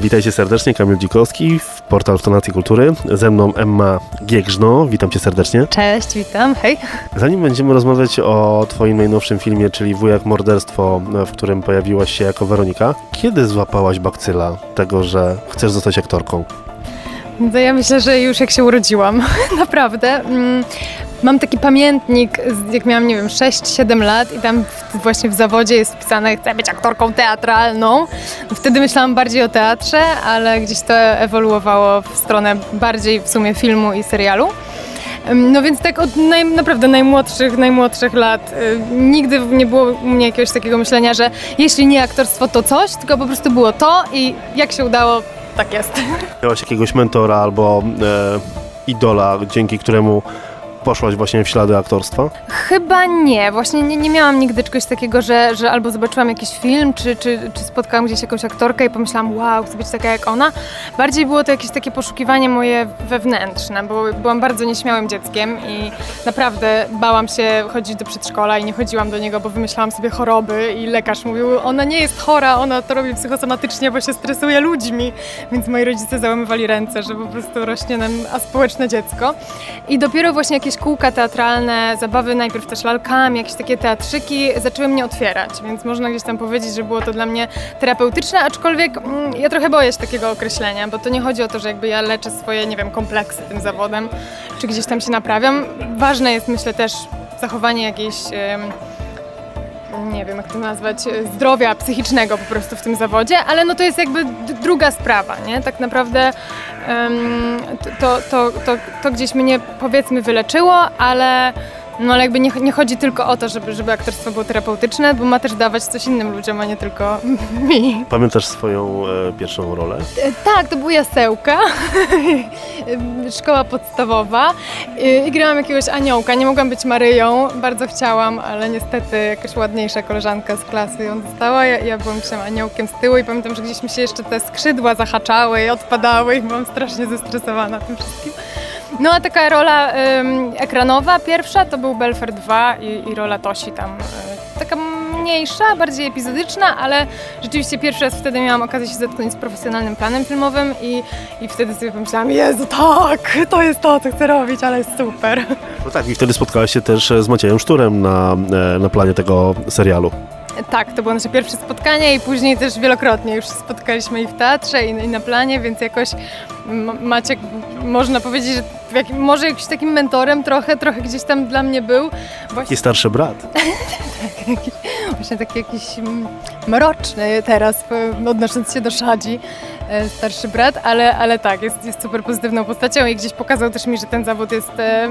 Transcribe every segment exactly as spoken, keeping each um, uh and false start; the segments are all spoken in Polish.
Witajcie serdecznie, Kamil Dzikowski, portal Tonacji Kultury. Ze mną Emma Giegrzno. Witam cię serdecznie. Cześć, witam, hej. Zanim będziemy rozmawiać o twoim najnowszym filmie, czyli Wujek Morderstwo, w którym pojawiłaś się jako Weronika, kiedy złapałaś bakcyla tego, że chcesz zostać aktorką? To ja myślę, że już jak się urodziłam, naprawdę. Mam taki pamiętnik, jak miałam, nie wiem, sześć siedem lat i tam w, właśnie w zawodzie jest wpisane, chcę być aktorką teatralną. Wtedy myślałam bardziej o teatrze, ale gdzieś to ewoluowało w stronę bardziej w sumie filmu i serialu. No więc tak od naj, naprawdę najmłodszych, najmłodszych lat y, nigdy nie było u mnie jakiegoś takiego myślenia, że jeśli nie aktorstwo, to coś, tylko po prostu było to i jak się udało, tak jest. Miałaś jakiegoś mentora albo e, idola, dzięki któremu poszłaś właśnie w ślady aktorstwa? Chyba nie. Właśnie nie, nie miałam nigdy czegoś takiego, że, że albo zobaczyłam jakiś film, czy, czy, czy spotkałam gdzieś jakąś aktorkę i pomyślałam, wow, chcę być taka jak ona. Bardziej było to jakieś takie poszukiwanie moje wewnętrzne, bo byłam bardzo nieśmiałym dzieckiem i naprawdę bałam się chodzić do przedszkola i nie chodziłam do niego, bo wymyślałam sobie choroby i lekarz mówił, ona nie jest chora, ona to robi psychosomatycznie, bo się stresuje ludźmi. Więc moi rodzice załamywali ręce, że po prostu rośnie nam aspołeczne dziecko. I dopiero właśnie jakieś kółka teatralne, zabawy najpierw też lalkami, jakieś takie teatrzyki zaczęły mnie otwierać, więc można gdzieś tam powiedzieć, że było to dla mnie terapeutyczne, aczkolwiek mm, ja trochę boję się takiego określenia, bo to nie chodzi o to, że jakby ja leczę swoje, nie wiem, kompleksy tym zawodem, czy gdzieś tam się naprawiam. Ważne jest, myślę, też zachowanie jakiejś, ym, nie wiem jak to nazwać, zdrowia psychicznego po prostu w tym zawodzie, ale no to jest jakby d- druga sprawa, nie? Tak naprawdę um, to, to, to, to gdzieś mnie, powiedzmy, wyleczyło, ale no ale jakby nie, nie chodzi tylko o to, żeby, żeby aktorstwo było terapeutyczne, bo ma też dawać coś innym ludziom, a nie tylko mi. Pamiętasz swoją e, pierwszą rolę? E, tak, to był Jasełka, szkoła podstawowa i, i grałam jakiegoś aniołka. Nie mogłam być Maryją, bardzo chciałam, ale niestety jakaś ładniejsza koleżanka z klasy ją dostała. Ja, ja byłam gdzieś aniołkiem z tyłu i pamiętam, że gdzieś mi się jeszcze te skrzydła zahaczały i odpadały i byłam strasznie zestresowana tym wszystkim. No a taka rola ym, ekranowa pierwsza to był Belfer dwa i, i rola Tosi tam y, taka mniejsza, bardziej epizodyczna, ale rzeczywiście pierwszy raz wtedy miałam okazję się zetknąć z profesjonalnym planem filmowym i, i wtedy sobie pomyślałam, Jezu, tak, to jest to, co chcę robić, ale jest super. No tak, i wtedy spotkałaś się też z Maciejem Szturem na, na planie tego serialu. Tak, to było nasze pierwsze spotkanie i później też wielokrotnie już spotkaliśmy i w teatrze, i, i na planie, więc jakoś Maciek, można powiedzieć, że jak, może jakimś takim mentorem trochę, trochę gdzieś tam dla mnie był. Właśnie... I starszy brat. tak, jakiś, właśnie taki jakiś mroczny teraz, odnosząc się do Szadzi, starszy brat, ale, ale tak, jest, jest super pozytywną postacią i gdzieś pokazał też mi, że ten zawód jest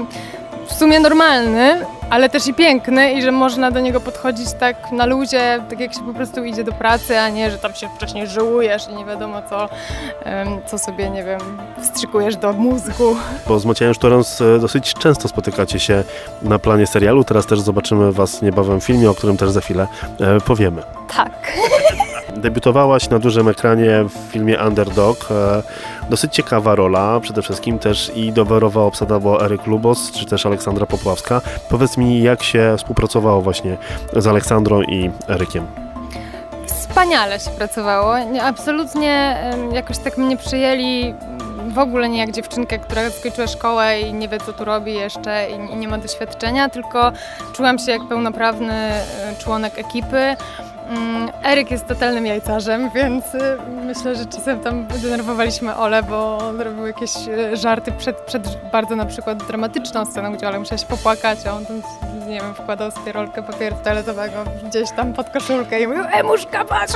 w sumie normalny, ale też i piękny i że można do niego podchodzić tak na luzie, tak jak się po prostu idzie do pracy, a nie, że tam się wcześniej żyłujesz i nie wiadomo co, co sobie, nie wiem, wstrzykujesz do mózgu. Bo z Maciejem Szturem dosyć często spotykacie się na planie serialu, teraz też zobaczymy was niebawem w filmie, o którym też za chwilę e, powiemy. Tak. Debiutowałaś na dużym ekranie w filmie Underdog. E, dosyć ciekawa rola, przede wszystkim też i doberowa obsada była Eryk Lubos, czy też Aleksandra Popławska. Powiedz mi, jak się współpracowało właśnie z Aleksandrą i Erykiem? Wspaniale się pracowało. Nie, absolutnie jakoś tak mnie przyjęli, w ogóle nie jak dziewczynkę, która skończyła szkołę i nie wie, co tu robi jeszcze i, i nie ma doświadczenia, tylko czułam się jak pełnoprawny członek ekipy. Eryk jest totalnym jajcarzem, więc myślę, że czasem tam denerwowaliśmy Olę, bo on robił jakieś żarty przed, przed bardzo na przykład dramatyczną sceną, gdzie Ola musiała się popłakać, a on tam, nie wiem, wkładał sobie rolkę papieru toaletowego gdzieś tam pod koszulkę i mówił, Emuszka, patrz!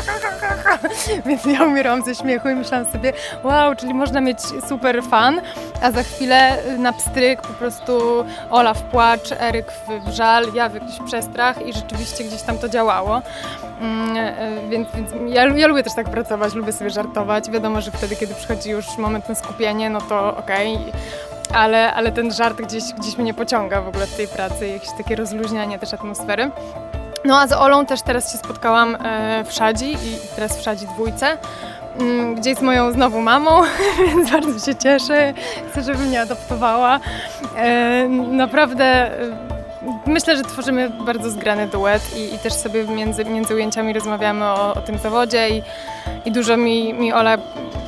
Więc ja umierałam ze śmiechu i myślałam sobie, wow, czyli można mieć super fan, a za chwilę na pstryk po prostu Ola w płacz, Eryk w, w żal, ja w jakiś przestrach i rzeczywiście gdzieś tam to działało. Mm, więc, więc ja, ja lubię też tak pracować, lubię sobie żartować. Wiadomo, że wtedy, kiedy przychodzi już moment na skupienie, no to okej, okay. ale, ale ten żart gdzieś, gdzieś mnie pociąga w ogóle w tej pracy, jakieś takie rozluźnianie też atmosfery. No a z Olą też teraz się spotkałam e, w Szadzi i teraz w Szadzi dwójce, m, gdzie jest moją znowu mamą, więc bardzo się cieszę, chcę, żeby mnie adoptowała. E, naprawdę e, myślę, że tworzymy bardzo zgrany duet i, i też sobie między, między ujęciami rozmawiamy o, o tym zawodzie i, i dużo mi, mi Ola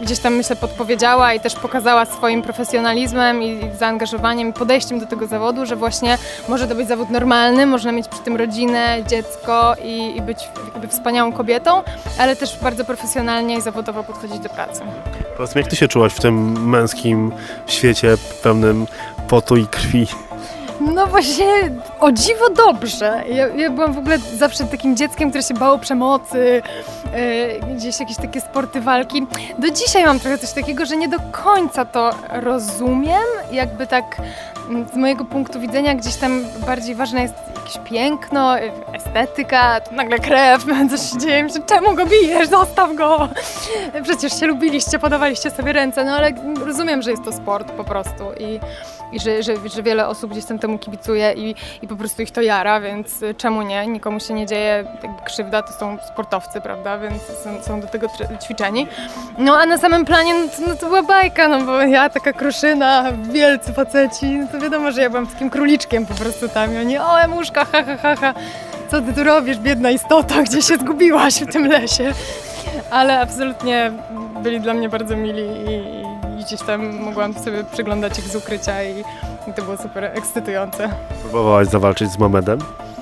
gdzieś tam myślę podpowiedziała i też pokazała swoim profesjonalizmem i zaangażowaniem i podejściem do tego zawodu, że właśnie może to być zawód normalny, można mieć przy tym rodzinę, dziecko i, i być jakby wspaniałą kobietą, ale też bardzo profesjonalnie i zawodowo podchodzić do pracy. Powiedz mi, jak ty się czułaś w tym męskim świecie pełnym potu i krwi? No właśnie, o dziwo dobrze. Ja, ja byłam w ogóle zawsze takim dzieckiem, które się bało przemocy, yy, gdzieś jakieś takie sporty walki. Do dzisiaj mam trochę coś takiego, że nie do końca to rozumiem. Jakby tak z mojego punktu widzenia gdzieś tam bardziej ważne jest jakieś piękno, estetyka, tu nagle krew, coś się dzieje, że czemu go bijesz, zostaw go! Przecież się lubiliście, podawaliście sobie ręce, no ale rozumiem, że jest to sport po prostu i I że, że, że wiele osób gdzieś tam temu kibicuje i, i po prostu ich to jara, więc czemu nie? Nikomu się nie dzieje jakby krzywda, to są sportowcy, prawda? Więc są, są do tego ćwiczeni. No a na samym planie no to, no to była bajka, no bo ja taka kruszyna, wielcy faceci, no to wiadomo, że ja byłam takim króliczkiem po prostu tam i oni, o emuszka, ha, ha, ha, ha. Co ty tu robisz, biedna istota, gdzie się zgubiłaś w tym lesie? Ale absolutnie byli dla mnie bardzo mili i, i gdzieś tam mogłam sobie przyglądać ich z ukrycia i, i to było super ekscytujące. Próbowałaś zawalczyć z Mamedem?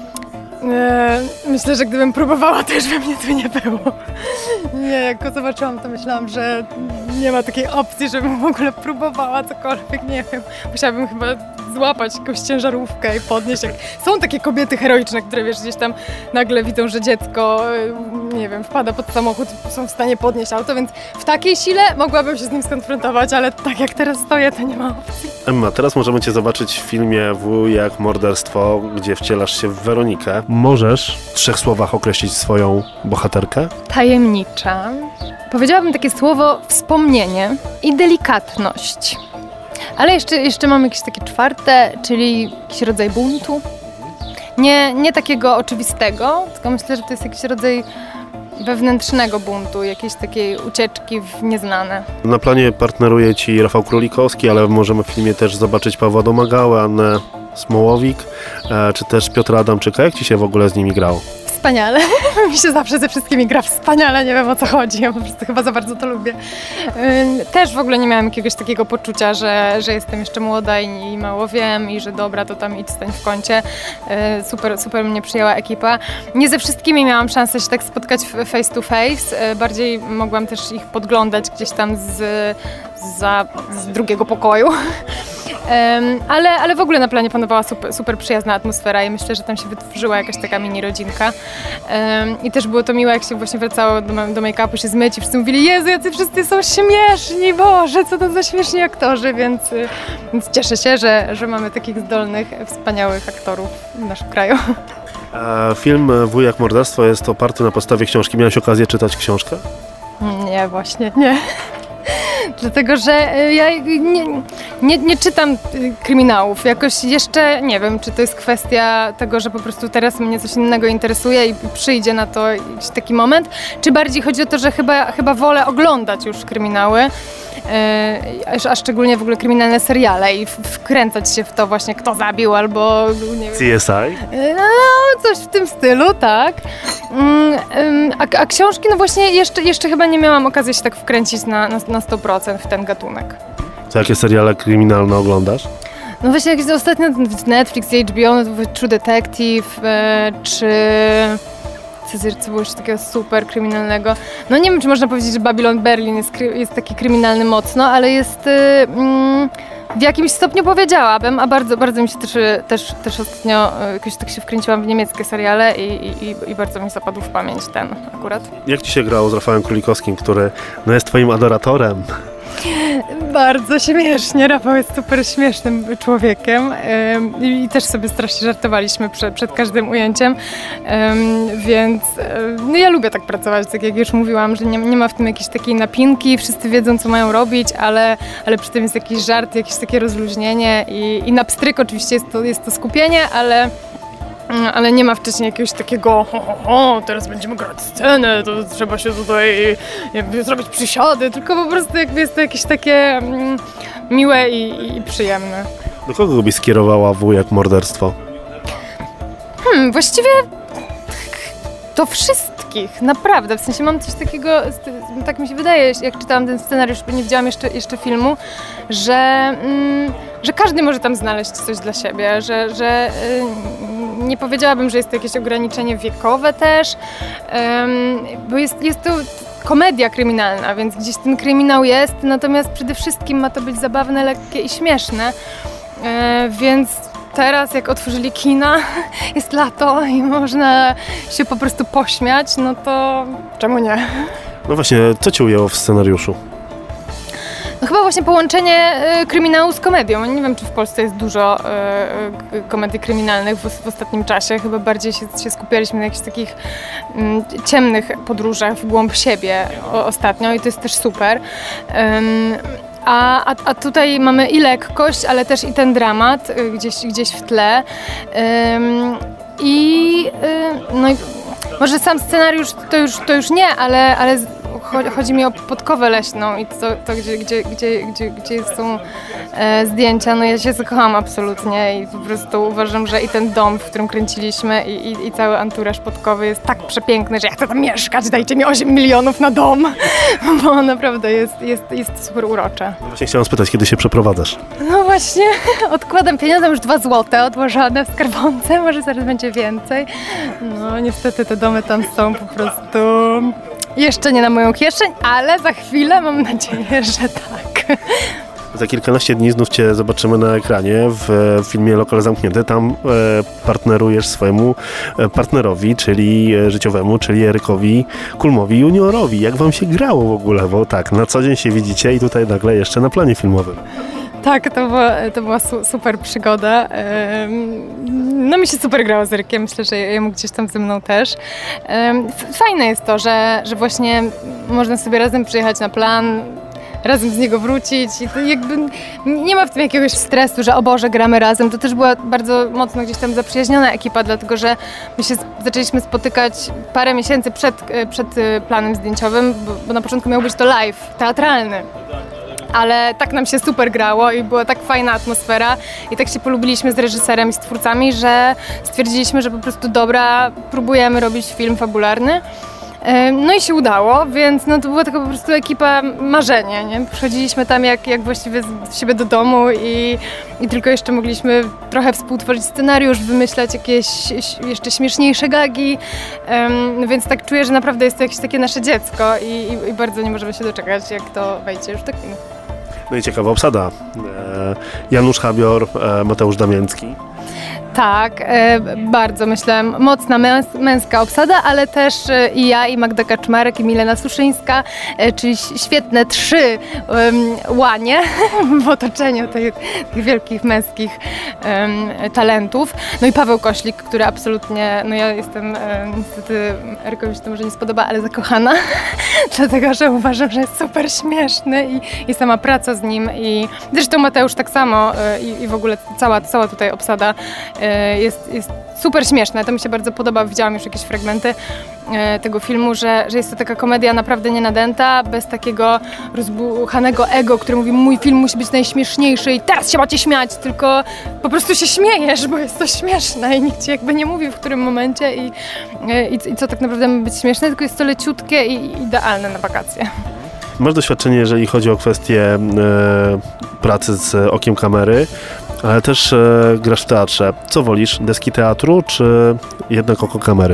E, myślę, że gdybym próbowała, to już by mnie tu nie było. Nie, jak go zobaczyłam, to myślałam, że nie ma takiej opcji, żebym w ogóle próbowała cokolwiek, nie wiem. Musiałabym chyba złapać jakąś ciężarówkę i podnieść. Jak... Są takie kobiety heroiczne, które wiesz, gdzieś tam nagle widzą, że dziecko, nie wiem, wpada pod samochód, są w stanie podnieść auto, więc w takiej sile mogłabym się z nim skonfrontować, ale tak jak teraz stoję, to nie ma opcji. Emma, teraz możemy cię zobaczyć w filmie W jak morderstwo, gdzie wcielasz się w Weronikę. Możesz w trzech słowach określić swoją bohaterkę? Tajemnicza. Powiedziałabym takie słowo wspomnienie i delikatność. Ale jeszcze, jeszcze mam jakieś takie czwarte, czyli jakiś rodzaj buntu. Nie, nie takiego oczywistego, tylko myślę, że to jest jakiś rodzaj wewnętrznego buntu, jakiejś takiej ucieczki w nieznane. Na planie partneruje ci Rafał Królikowski, ale możemy w filmie też zobaczyć Pawła Domagałę, Annę Smołowik, e, czy też Piotra Adamczyka. Jak ci się w ogóle z nimi grało? Wspaniale. Mi się zawsze ze wszystkimi gra wspaniale, nie wiem o co chodzi, ja po prostu chyba za bardzo to lubię. Też w ogóle nie miałam jakiegoś takiego poczucia, że, że jestem jeszcze młoda i, i mało wiem i że dobra, to tam idź stań w kącie. Super, super mnie przyjęła ekipa. Nie ze wszystkimi miałam szansę się tak spotkać face to face, bardziej mogłam też ich podglądać gdzieś tam z, za, z drugiego pokoju. Um, ale, ale w ogóle na planie panowała super, super przyjazna atmosfera i myślę, że tam się wytworzyła jakaś taka mini rodzinka. Um, I też było to miłe, jak się właśnie wracało do, do make-upu, się zmyć i wszyscy mówili, Jezu, jacy wszyscy są śmieszni, Boże, co to za śmieszni aktorzy, więc, więc cieszę się, że, że mamy takich zdolnych, wspaniałych aktorów w naszym kraju. E, film W jak morderstwo jest oparty na podstawie książki. Miałeś okazję czytać książkę? Nie, właśnie, nie. Dlatego, że ja nie, nie, nie czytam kryminałów. Jakoś jeszcze nie wiem, czy to jest kwestia tego, że po prostu teraz mnie coś innego interesuje i przyjdzie na to jakiś taki moment, czy bardziej chodzi o to, że chyba, chyba wolę oglądać już kryminały, a szczególnie w ogóle kryminalne seriale i wkręcać się w to właśnie, kto zabił albo nie wiem. C S I? No, coś w tym stylu, tak. A, a książki, no właśnie jeszcze, jeszcze chyba nie miałam okazji się tak wkręcić na, na, na sto procent w ten gatunek. Co, jakie seriale kryminalne oglądasz? No właśnie jakieś ostatnio Netflix, H B O, no to był True Detective, e, czy co było jeszcze takiego super kryminalnego. No nie wiem, czy można powiedzieć, że Babylon Berlin jest, jest taki kryminalny mocno, ale jest y, mm, w jakimś stopniu powiedziałabym, a bardzo, bardzo mi się też, też, też ostatnio jakoś tak się wkręciłam w niemieckie seriale i, i, i bardzo mi zapadł w pamięć ten akurat. Jak ci się grało z Rafałem Królikowskim, który no, jest twoim adoratorem? Bardzo śmiesznie. Rafał jest super śmiesznym człowiekiem i też sobie strasznie żartowaliśmy przed, przed każdym ujęciem, więc no ja lubię tak pracować, tak jak już mówiłam, że nie, nie ma w tym jakiejś takiej napinki, wszyscy wiedzą, co mają robić, ale, ale przy tym jest jakiś żart, jakieś takie rozluźnienie i, i na pstryk oczywiście jest to, jest to skupienie, ale ale nie ma wcześniej jakiegoś takiego ho, ho, ho, teraz będziemy grać scenę, to trzeba się tutaj jakby zrobić przysiady, tylko po prostu jakby jest to jakieś takie mm, miłe i, i przyjemne. Do kogo byś skierowała W jak morderstwo? Hmm, właściwie to wszystko. wszystkich, naprawdę. W sensie mam coś takiego, tak mi się wydaje, jak czytałam ten scenariusz, bo nie widziałam jeszcze, jeszcze filmu, że, mm, że każdy może tam znaleźć coś dla siebie, że, że y, nie powiedziałabym, że jest to jakieś ograniczenie wiekowe też, ym, bo jest, jest to komedia kryminalna, więc gdzieś ten kryminał jest, natomiast przede wszystkim ma to być zabawne, lekkie i śmieszne, yy, więc teraz jak otworzyli kina, jest lato i można się po prostu pośmiać, no to czemu nie? No właśnie, co Cię ujęło w scenariuszu? No chyba właśnie połączenie y, kryminału z komedią. Nie wiem, czy w Polsce jest dużo y, y, komedii kryminalnych w, w ostatnim czasie. Chyba bardziej się, się skupialiśmy na jakichś takich y, ciemnych podróżach w głąb siebie o, ostatnio i to jest też super. Ym, A, a, a tutaj mamy i lekkość, ale też i ten dramat y, gdzieś, gdzieś w tle. Ym, I y, no i może sam scenariusz to już, to już nie, ale, ale chodzi mi o podkowę leśną i to, to gdzie, gdzie, gdzie, gdzie, gdzie są e, zdjęcia. No ja się zakochałam absolutnie i po prostu uważam, że i ten dom, w którym kręciliśmy i, i, i cały anturaż podkowy jest tak przepiękny, że ja chcę tam mieszkać, dajcie mi osiem milionów na dom, bo naprawdę jest, jest, jest super urocze. No właśnie chciałam spytać, kiedy się przeprowadzasz? No właśnie, odkładam pieniądze, już dwa złote odłożone w skarbonce, może zaraz będzie więcej. No niestety te domy tam są po prostu jeszcze nie na moją kieszeń, ale za chwilę mam nadzieję, że tak. Za kilkanaście dni znów Cię zobaczymy na ekranie w filmie Lokal Zamknięty. Tam e, partnerujesz swojemu partnerowi, czyli e, życiowemu, czyli Erykowi Kulmowi juniorowi. Jak Wam się grało w ogóle? Bo tak, na co dzień się widzicie i tutaj nagle jeszcze na planie filmowym. Tak, to była, to była su- super przygoda. No mi się super grało z Erykiem, myślę, że jemu gdzieś tam ze mną też. Fajne jest to, że, że właśnie można sobie razem przyjechać na plan, razem z niego wrócić i to jakby nie ma w tym jakiegoś stresu, że o Boże, gramy razem. To też była bardzo mocno gdzieś tam zaprzyjaźniona ekipa, dlatego że my się zaczęliśmy spotykać parę miesięcy przed, przed planem zdjęciowym, bo, bo na początku miał być to live, teatralny. Ale tak nam się super grało i była tak fajna atmosfera i tak się polubiliśmy z reżyserem i z twórcami, że stwierdziliśmy, że po prostu dobra, próbujemy robić film fabularny. No i się udało, więc no to była taka po prostu ekipa marzenia, nie? Przychodziliśmy tam jak, jak właściwie z siebie do domu i, i tylko jeszcze mogliśmy trochę współtworzyć scenariusz, wymyślać jakieś jeszcze śmieszniejsze gagi, um, więc tak czuję, że naprawdę jest to jakieś takie nasze dziecko i, i, i bardzo nie możemy się doczekać, jak to wejdzie już do kina. No i ciekawa obsada. E, Janusz Habior, e, Mateusz Damięcki. Tak, e, bardzo myślę, mocna męs- męska obsada, ale też e, i ja, i Magda Kaczmarek, i Milena Suszyńska, e, czyli świetne trzy um, łanie w otoczeniu tych, tych wielkich męskich um, talentów. No i Paweł Koślik, który absolutnie, no ja jestem e, niestety, Erykowi się to może nie spodoba, ale zakochana, dlatego że uważam, że jest super śmieszny i, i sama praca z nim i zresztą Mateusz tak samo e, i, i w ogóle cała, cała tutaj obsada Jest, jest super śmieszne, to mi się bardzo podoba, widziałam już jakieś fragmenty e, tego filmu, że, że jest to taka komedia naprawdę nienadęta, bez takiego rozbuchanego ego, który mówi mój film musi być najśmieszniejszy i teraz się macie śmiać, tylko po prostu się śmiejesz, bo jest to śmieszne i nikt ci jakby nie mówi w którym momencie i, e, i, i co tak naprawdę ma być śmieszne, tylko jest to leciutkie i idealne na wakacje. Masz doświadczenie, jeżeli chodzi o kwestię e, pracy z okiem kamery, ale też e, grasz w teatrze. Co wolisz, deski teatru, czy jednak oko kamery?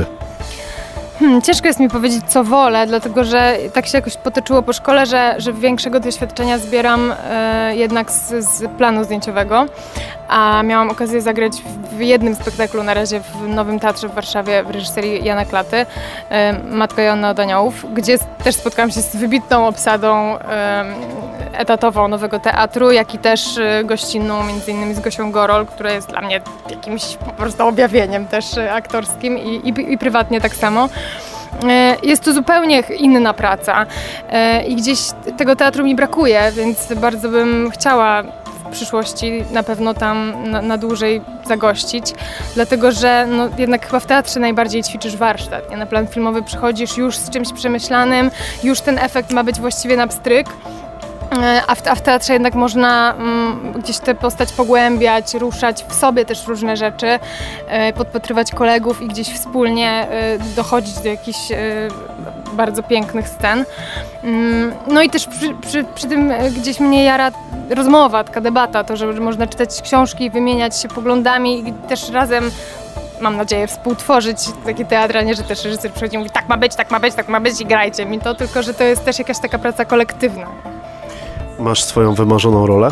Hmm, ciężko jest mi powiedzieć, co wolę, dlatego że tak się jakoś potoczyło po szkole, że, że większego doświadczenia zbieram e, jednak z, z planu zdjęciowego, a miałam okazję zagrać w jednym spektaklu na razie w Nowym Teatrze w Warszawie w reżyserii Jana Klaty, e, Matka Joanna od Aniołów, gdzie też spotkałam się z wybitną obsadą e, etatową Nowego Teatru, jak i też e, gościnną, między innymi z Gosią Gorol, która jest dla mnie jakimś po prostu objawieniem też e, aktorskim i, i, i prywatnie tak samo. Jest to zupełnie inna praca i gdzieś tego teatru mi brakuje, więc bardzo bym chciała w przyszłości na pewno tam na, na dłużej zagościć, dlatego że no, jednak chyba w teatrze najbardziej ćwiczysz warsztat. Nie? Na plan filmowy przychodzisz już z czymś przemyślanym, już ten efekt ma być właściwie na pstryk. A w, a w teatrze jednak można mm, gdzieś tę postać pogłębiać, ruszać w sobie też różne rzeczy, e, podpatrywać kolegów i gdzieś wspólnie e, dochodzić do jakichś e, bardzo pięknych scen. Mm, no i też przy, przy, przy tym e, gdzieś mnie jara rozmowa, taka debata, to, że, że można czytać książki, wymieniać się poglądami i też razem, mam nadzieję, współtworzyć taki teatr, a nie, że też reżyser przychodzi i mówi tak ma być, tak ma być, tak ma być i grajcie mi to, tylko że to jest też jakaś taka praca kolektywna. Masz swoją wymarzoną rolę?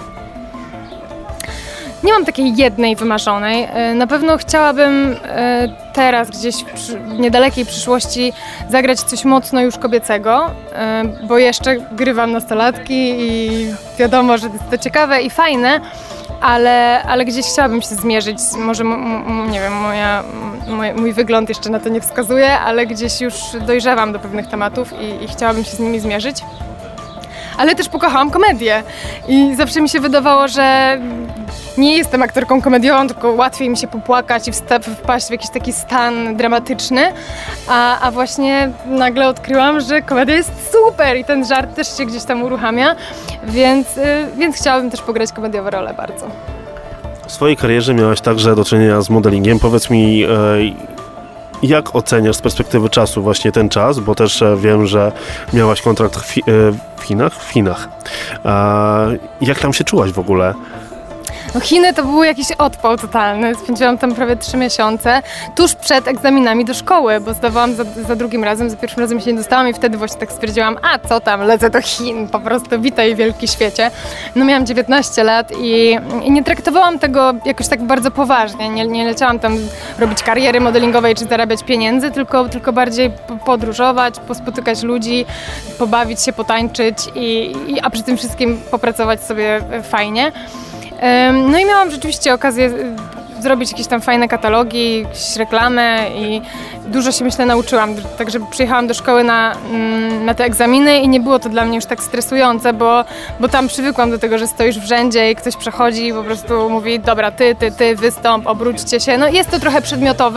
Nie mam takiej jednej wymarzonej. Na pewno chciałabym teraz gdzieś w niedalekiej przyszłości zagrać coś mocno już kobiecego, bo jeszcze grywam nastolatki i wiadomo, że jest to ciekawe i fajne, ale, ale gdzieś chciałabym się zmierzyć. Może, m- nie wiem, moja, mój, mój wygląd jeszcze na to nie wskazuje, ale gdzieś już dojrzewam do pewnych tematów i, i chciałabym się z nimi zmierzyć. Ale też pokochałam komedię i zawsze mi się wydawało, że nie jestem aktorką komediową, tylko łatwiej mi się popłakać i wsta- wpaść w jakiś taki stan dramatyczny, a, a właśnie nagle odkryłam, że komedia jest super i ten żart też się gdzieś tam uruchamia, więc, y, więc chciałabym też pograć komediowe role bardzo. W swojej karierze miałaś także do czynienia z modelingiem. Powiedz mi, e, jak oceniasz z perspektywy czasu właśnie ten czas, bo też e, wiem, że miałaś kontrakt w, Fi- e, w Chinach? W Chinach. E, jak tam się czułaś w ogóle? No Chiny to był jakiś odpał totalny. Spędziłam tam prawie trzy miesiące, tuż przed egzaminami do szkoły, bo zdawałam za, za drugim razem, za pierwszym razem się nie dostałam i wtedy właśnie tak stwierdziłam, a co tam, lecę do Chin, po prostu witaj wielki świecie. No miałam dziewiętnaście lat i, i nie traktowałam tego jakoś tak bardzo poważnie, nie, nie leciałam tam robić kariery modelingowej czy zarabiać pieniędzy, tylko, tylko bardziej podróżować, pospotykać ludzi, pobawić się, potańczyć, i, i, a przy tym wszystkim popracować sobie fajnie. No i miałam rzeczywiście okazję zrobić jakieś tam fajne katalogi, jakieś reklamy i dużo się, myślę, nauczyłam. Także przyjechałam do szkoły na, na te egzaminy i nie było to dla mnie już tak stresujące, bo, bo tam przywykłam do tego, że stoisz w rzędzie i ktoś przechodzi i po prostu mówi dobra, ty, ty, ty, wystąp, obróćcie się. No jest to trochę przedmiotowe,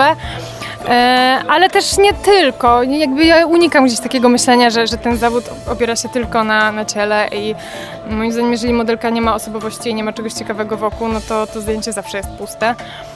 ale też nie tylko. Jakby ja unikam gdzieś takiego myślenia, że, że ten zawód opiera się tylko na, na ciele i moim zdaniem, jeżeli modelka nie ma osobowości i nie ma czegoś ciekawego wokół, no to to zdjęcie zawsze jest puste.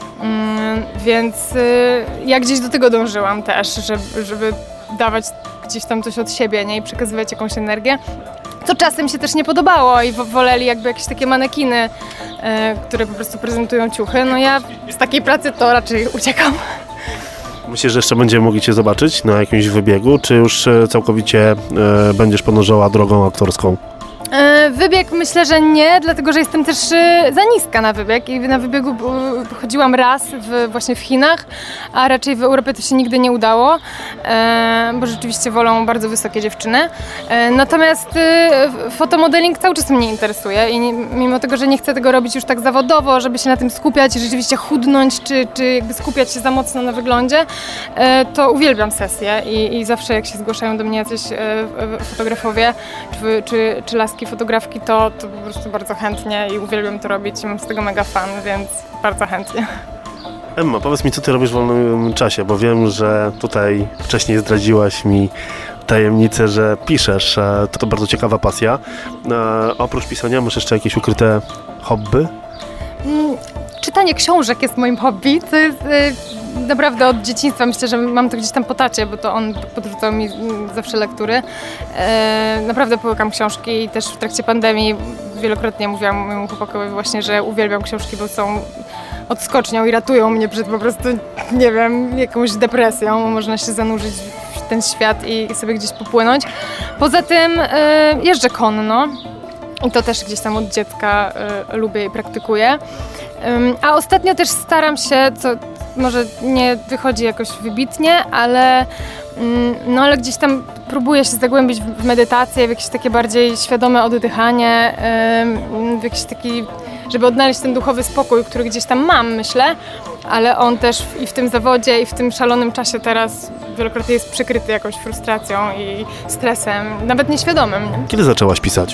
Mm, więc y, ja gdzieś do tego dążyłam też, żeby, żeby dawać gdzieś tam coś od siebie, nie? I przekazywać jakąś energię. Co czasem się też nie podobało i woleli jakby jakieś takie manekiny, y, które po prostu prezentują ciuchy. No ja z takiej pracy to raczej uciekam. Myślisz, że jeszcze będziemy mogli Cię zobaczyć na jakimś wybiegu, czy już całkowicie e, będziesz podążała drogą aktorską? Wybieg myślę, że nie, dlatego że jestem też za niska na wybieg i na wybiegu chodziłam raz w, właśnie w Chinach, a raczej w Europie to się nigdy nie udało, bo rzeczywiście wolą bardzo wysokie dziewczyny. Natomiast fotomodeling cały czas mnie interesuje i mimo tego, że nie chcę tego robić już tak zawodowo, żeby się na tym skupiać i rzeczywiście chudnąć, czy, czy jakby skupiać się za mocno na wyglądzie, to uwielbiam sesje i, i zawsze jak się zgłaszają do mnie jacyś fotografowie czy, czy, czy laski fotografki, to, to po prostu bardzo chętnie i uwielbiam to robić i mam z tego mega fan, więc bardzo chętnie. Emma, powiedz mi, co ty robisz w wolnym czasie, bo wiem, że tutaj wcześniej zdradziłaś mi tajemnicę, że piszesz. To, to bardzo ciekawa pasja. E, oprócz pisania masz jeszcze jakieś ukryte hobby? Mm, czytanie książek jest moim hobby. To jest y, naprawdę od dzieciństwa. Myślę, że mam to gdzieś tam po tacie, bo to on podrzucał mi zawsze lektury. E, naprawdę połykam książki i też w trakcie pandemii wielokrotnie mówiłam mojemu chłopakowi właśnie, że uwielbiam książki, bo są odskocznią i ratują mnie przed po prostu, nie wiem, jakąś depresją. Można się zanurzyć w ten świat i, i sobie gdzieś popłynąć. Poza tym e, jeżdżę konno. I to też gdzieś tam od dziecka y, lubię i praktykuję. Ym, a ostatnio też staram się, co może nie wychodzi jakoś wybitnie, ale, ym, no, ale gdzieś tam próbuję się zagłębić w, w medytację, w jakieś takie bardziej świadome oddychanie, ym, w jakiś taki, żeby odnaleźć ten duchowy spokój, który gdzieś tam mam, myślę, ale on też w, i w tym zawodzie, i w tym szalonym czasie teraz wielokrotnie jest przykryty jakąś frustracją i stresem, nawet nieświadomym. Kiedy zaczęłaś pisać?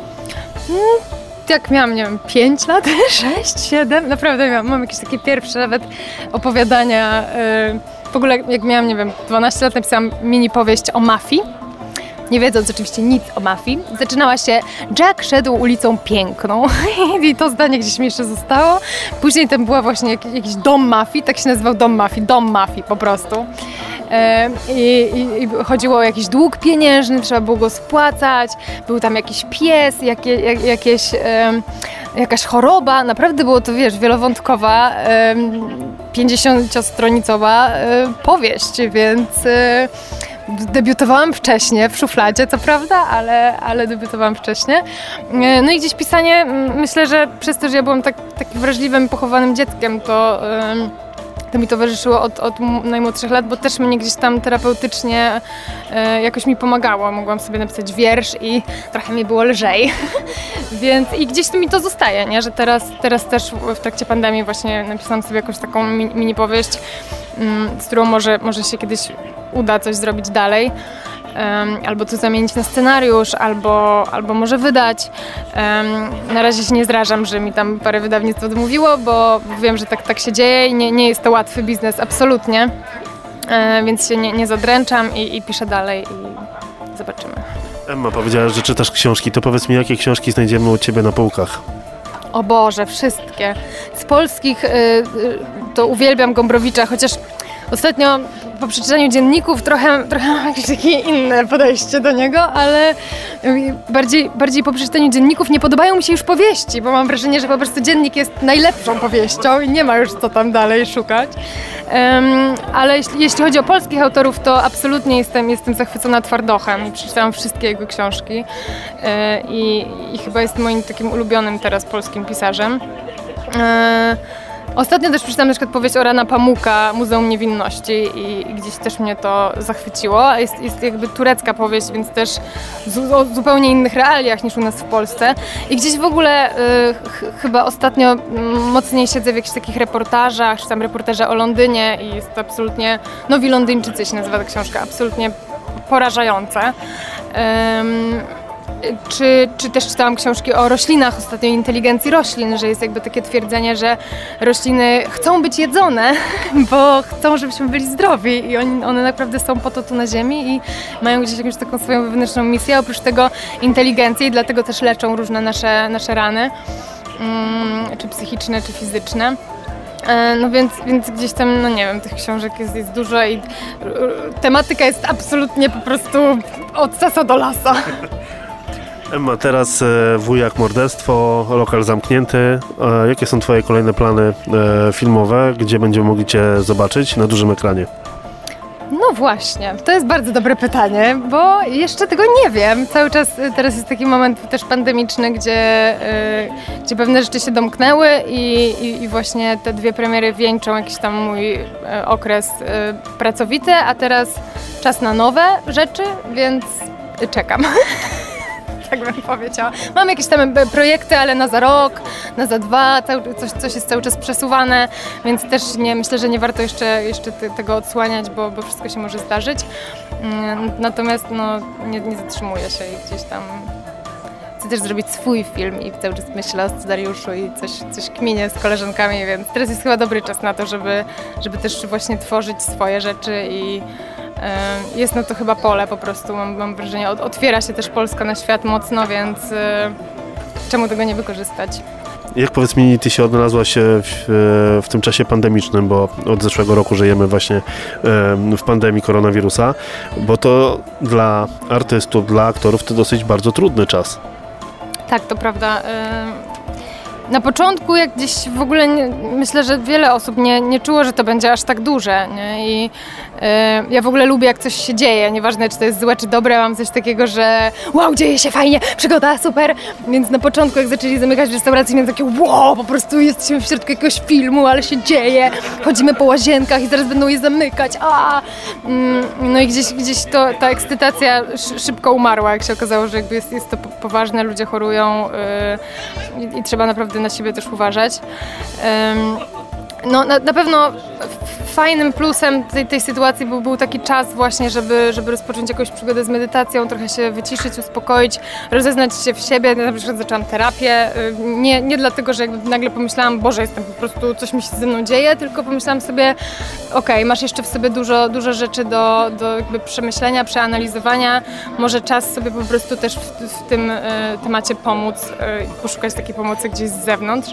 Jak miałam, nie wiem, pięć lat, sześć, siedem, naprawdę miałam, mam jakieś takie pierwsze nawet opowiadania. W ogóle jak miałam, nie wiem, dwanaście lat, napisałam mini powieść o mafii. nie wiedząc oczywiście nic o mafii, zaczynała się Jack szedł ulicą Piękną i to zdanie gdzieś mi jeszcze zostało. Później tam była właśnie jakiś, jakiś dom mafii, tak się nazywał dom mafii, dom mafii po prostu. I, i, i chodziło o jakiś dług pieniężny, trzeba było go spłacać, był tam jakiś pies, jakie, jak, jakieś, um, jakaś choroba, naprawdę było to, wiesz, wielowątkowa, um, pięćdziesięciostronicowa um, powieść, więc um, debiutowałam wcześnie, w szufladzie, co prawda, ale, ale debiutowałam wcześnie. No i gdzieś pisanie, myślę, że przez to, że ja byłam tak, takim wrażliwym, pochowanym dzieckiem, to um, to mi towarzyszyło od, od najmłodszych lat, bo też mnie gdzieś tam terapeutycznie e, jakoś mi pomagało. Mogłam sobie napisać wiersz i trochę mi było lżej. Więc i gdzieś tu mi to zostaje, nie? Że teraz, teraz też w trakcie pandemii właśnie napisałam sobie jakąś taką mini, mini powieść, mm, z którą może, może się kiedyś uda coś zrobić dalej. Um, albo to zamienić na scenariusz, albo, albo może wydać. Um, na razie się nie zrażam, że mi tam parę wydawnictw odmówiło, bo wiem, że tak, tak się dzieje i nie, nie jest to łatwy biznes, absolutnie. Um, więc się nie, nie zadręczam i, i piszę dalej i zobaczymy. Emma, powiedziałaś, że czytasz książki, to powiedz mi, jakie książki znajdziemy u Ciebie na półkach? O Boże, wszystkie. Z polskich y, y, to uwielbiam Gombrowicza, chociaż ostatnio po przeczytaniu dzienników trochę, trochę mam jakieś takie inne podejście do niego, ale bardziej, bardziej po przeczytaniu dzienników nie podobają mi się już powieści, bo mam wrażenie, że po prostu dziennik jest najlepszą powieścią i nie ma już co tam dalej szukać. Um, ale jeśli, jeśli chodzi o polskich autorów, to absolutnie jestem, jestem zachwycona Twardochem i przeczytałam wszystkie jego książki yy, i, i chyba jest moim takim ulubionym teraz polskim pisarzem. Yy, Ostatnio też przeczytałam na przykład powieść Orana Pamuka, Muzeum Niewinności i, i gdzieś też mnie to zachwyciło. Jest, jest jakby turecka powieść, więc też z, o zupełnie innych realiach niż u nas w Polsce. I gdzieś w ogóle y, ch, chyba ostatnio mocniej siedzę w jakichś takich reportażach, czy tam reportaże o Londynie i jest to absolutnie, Nowi Londyńczycy się nazywa ta książka, absolutnie porażające. Um, Czy, czy też czytałam książki o roślinach, ostatnio inteligencji roślin, że jest jakby takie twierdzenie, że rośliny chcą być jedzone, bo chcą, żebyśmy byli zdrowi i oni, one naprawdę są po to tu na ziemi i mają gdzieś jakąś taką swoją wewnętrzną misję, oprócz tego inteligencję i dlatego też leczą różne nasze, nasze rany, mm, czy psychiczne, czy fizyczne. No więc, więc gdzieś tam, no nie wiem, tych książek jest, jest dużo i tematyka jest absolutnie po prostu od sasa do lasa. Emma, teraz e, Wujak morderstwo, lokal zamknięty. E, jakie są Twoje kolejne plany e, filmowe? Gdzie będziemy mogli Cię zobaczyć na dużym ekranie? No właśnie, to jest bardzo dobre pytanie, bo jeszcze tego nie wiem. Cały czas teraz jest taki moment też pandemiczny, gdzie, yy, gdzie pewne rzeczy się domknęły i, i, i właśnie te dwie premiery wieńczą jakiś tam mój yy, okres yy, pracowity, a teraz czas na nowe rzeczy, więc czekam. Tak bym powiedziała. Mam jakieś tam projekty, ale na za rok, na za dwa, coś, coś jest cały czas przesuwane, więc też nie, myślę, że nie warto jeszcze, jeszcze te, tego odsłaniać, bo, bo wszystko się może zdarzyć. Natomiast no, nie, nie zatrzymuję się i gdzieś tam chcę też zrobić swój film i cały czas myślę o scenariuszu i coś, coś kminię z koleżankami, więc teraz jest chyba dobry czas na to, żeby, żeby też właśnie tworzyć swoje rzeczy i jest na to chyba pole po prostu, mam, mam wrażenie, otwiera się też Polska na świat mocno, więc y, czemu tego nie wykorzystać? Jak powiedz mi, Ty się odnalazłaś w, w tym czasie pandemicznym, bo od zeszłego roku żyjemy właśnie w pandemii koronawirusa, bo to dla artystów, dla aktorów to dosyć bardzo trudny czas. Tak, to prawda. Na początku, jak gdzieś w ogóle nie, myślę, że wiele osób nie, nie czuło, że to będzie aż tak duże. Nie? I y, ja w ogóle lubię, jak coś się dzieje. Nieważne, czy to jest złe, czy dobre. Mam coś takiego, że wow, dzieje się fajnie, przygoda, super. Więc na początku, jak zaczęli zamykać w restauracji, miałem takie wow, po prostu jesteśmy w środku jakiegoś filmu, ale się dzieje. Chodzimy po łazienkach i zaraz będą je zamykać. A! No i gdzieś, gdzieś to, ta ekscytacja sz, szybko umarła, jak się okazało, że jakby jest, jest to poważne, ludzie chorują y, i, i trzeba naprawdę na siebie też uważać. Um, No na, na pewno fajnym plusem tej, tej sytuacji był, był taki czas właśnie, żeby, żeby rozpocząć jakąś przygodę z medytacją, trochę się wyciszyć, uspokoić, rozeznać się w siebie. Na przykład zaczęłam terapię, nie, nie dlatego, że jakby nagle pomyślałam, Boże, jestem po prostu, coś mi się ze mną dzieje, tylko pomyślałam sobie, okej, okay, masz jeszcze w sobie dużo, dużo rzeczy do, do jakby przemyślenia, przeanalizowania, może czas sobie po prostu też w, w tym y, temacie pomóc y, i poszukać takiej pomocy gdzieś z zewnątrz.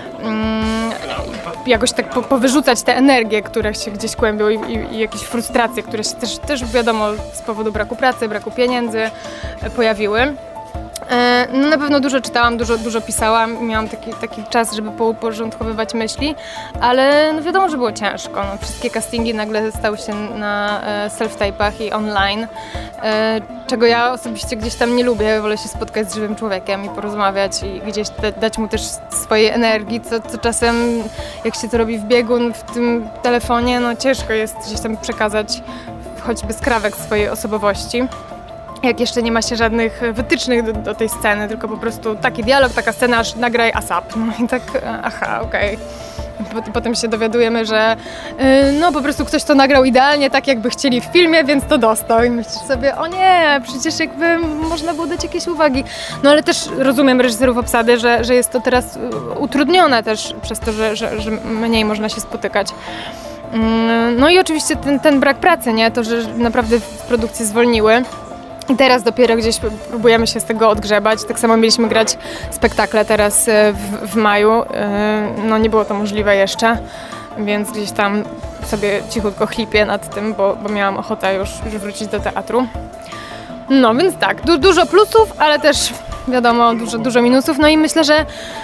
Jakoś tak po, powyrzucać te energie, które się gdzieś kłębią i, i, i jakieś frustracje, które się też, też wiadomo z powodu braku pracy, braku pieniędzy pojawiły. No na pewno dużo czytałam, dużo, dużo pisałam, miałam taki, taki czas, żeby uporządkowywać myśli, ale no wiadomo, że było ciężko. No, wszystkie castingi nagle stały się na self-tape'ach i online, czego ja osobiście gdzieś tam nie lubię. Wolę się spotkać z żywym człowiekiem i porozmawiać i gdzieś da, dać mu też swojej energii, co, co czasem jak się to robi w biegun w tym telefonie, no ciężko jest gdzieś tam przekazać choćby skrawek swojej osobowości. Jak jeszcze nie ma się żadnych wytycznych do, do tej sceny, tylko po prostu taki dialog, taka scena, aż nagraj asap. No i tak, aha, okej. Okay. Potem się dowiadujemy, że yy, no po prostu ktoś to nagrał idealnie, tak jakby chcieli w filmie, więc to dostał. I myślisz sobie, o nie, przecież jakby można było dać jakieś uwagi. No ale też rozumiem reżyserów obsady, że, że jest to teraz utrudnione też przez to, że, że, że mniej można się spotykać. Yy, no i oczywiście ten, ten brak pracy, nie? To, że naprawdę produkcje zwolniły. I teraz dopiero gdzieś próbujemy się z tego odgrzebać. Tak samo mieliśmy grać spektakle teraz w, w maju. No nie było to możliwe jeszcze, więc gdzieś tam sobie cichutko chlipię nad tym, bo, bo miałam ochotę już, już wrócić do teatru. No więc tak, du- dużo plusów, ale też wiadomo dużo, dużo minusów. No i myślę, że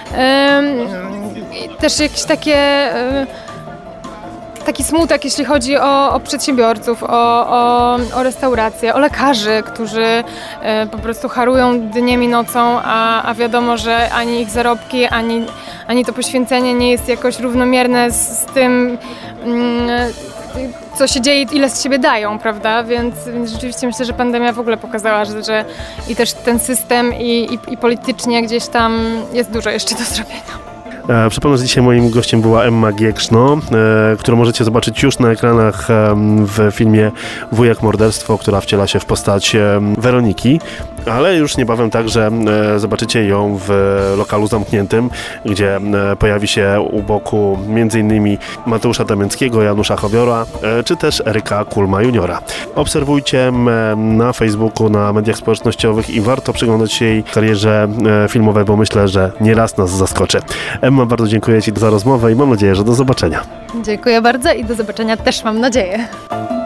yy, też jakieś takie... Yy, Taki smutek, jeśli chodzi o, o przedsiębiorców, o, o, o restauracje, o lekarzy, którzy e, po prostu harują dniem i nocą, a, a wiadomo, że ani ich zarobki, ani, ani to poświęcenie nie jest jakoś równomierne z, z tym, mm, co się dzieje i ile z siebie dają, prawda? Więc, więc rzeczywiście myślę, że pandemia w ogóle pokazała, że, że i też ten system i, i, i politycznie gdzieś tam jest dużo jeszcze do zrobienia. E, przypomnę, że dzisiaj moim gościem była Emma Giekrzno, e, którą możecie zobaczyć już na ekranach e, w filmie Wujek Morderstwo, która wciela się w postać e, Weroniki, ale już niebawem także e, zobaczycie ją w lokalu zamkniętym, gdzie e, pojawi się u boku między innymi Mateusza Damięckiego, Janusza Chobiora, e, czy też Eryka Kulma juniora. Obserwujcie e, na Facebooku, na mediach społecznościowych i warto przyglądać się jej karierze e, filmowej, bo myślę, że nieraz nas zaskoczy. Emma, bardzo dziękuję Ci za rozmowę i mam nadzieję, że do zobaczenia. Dziękuję bardzo i do zobaczenia też mam nadzieję.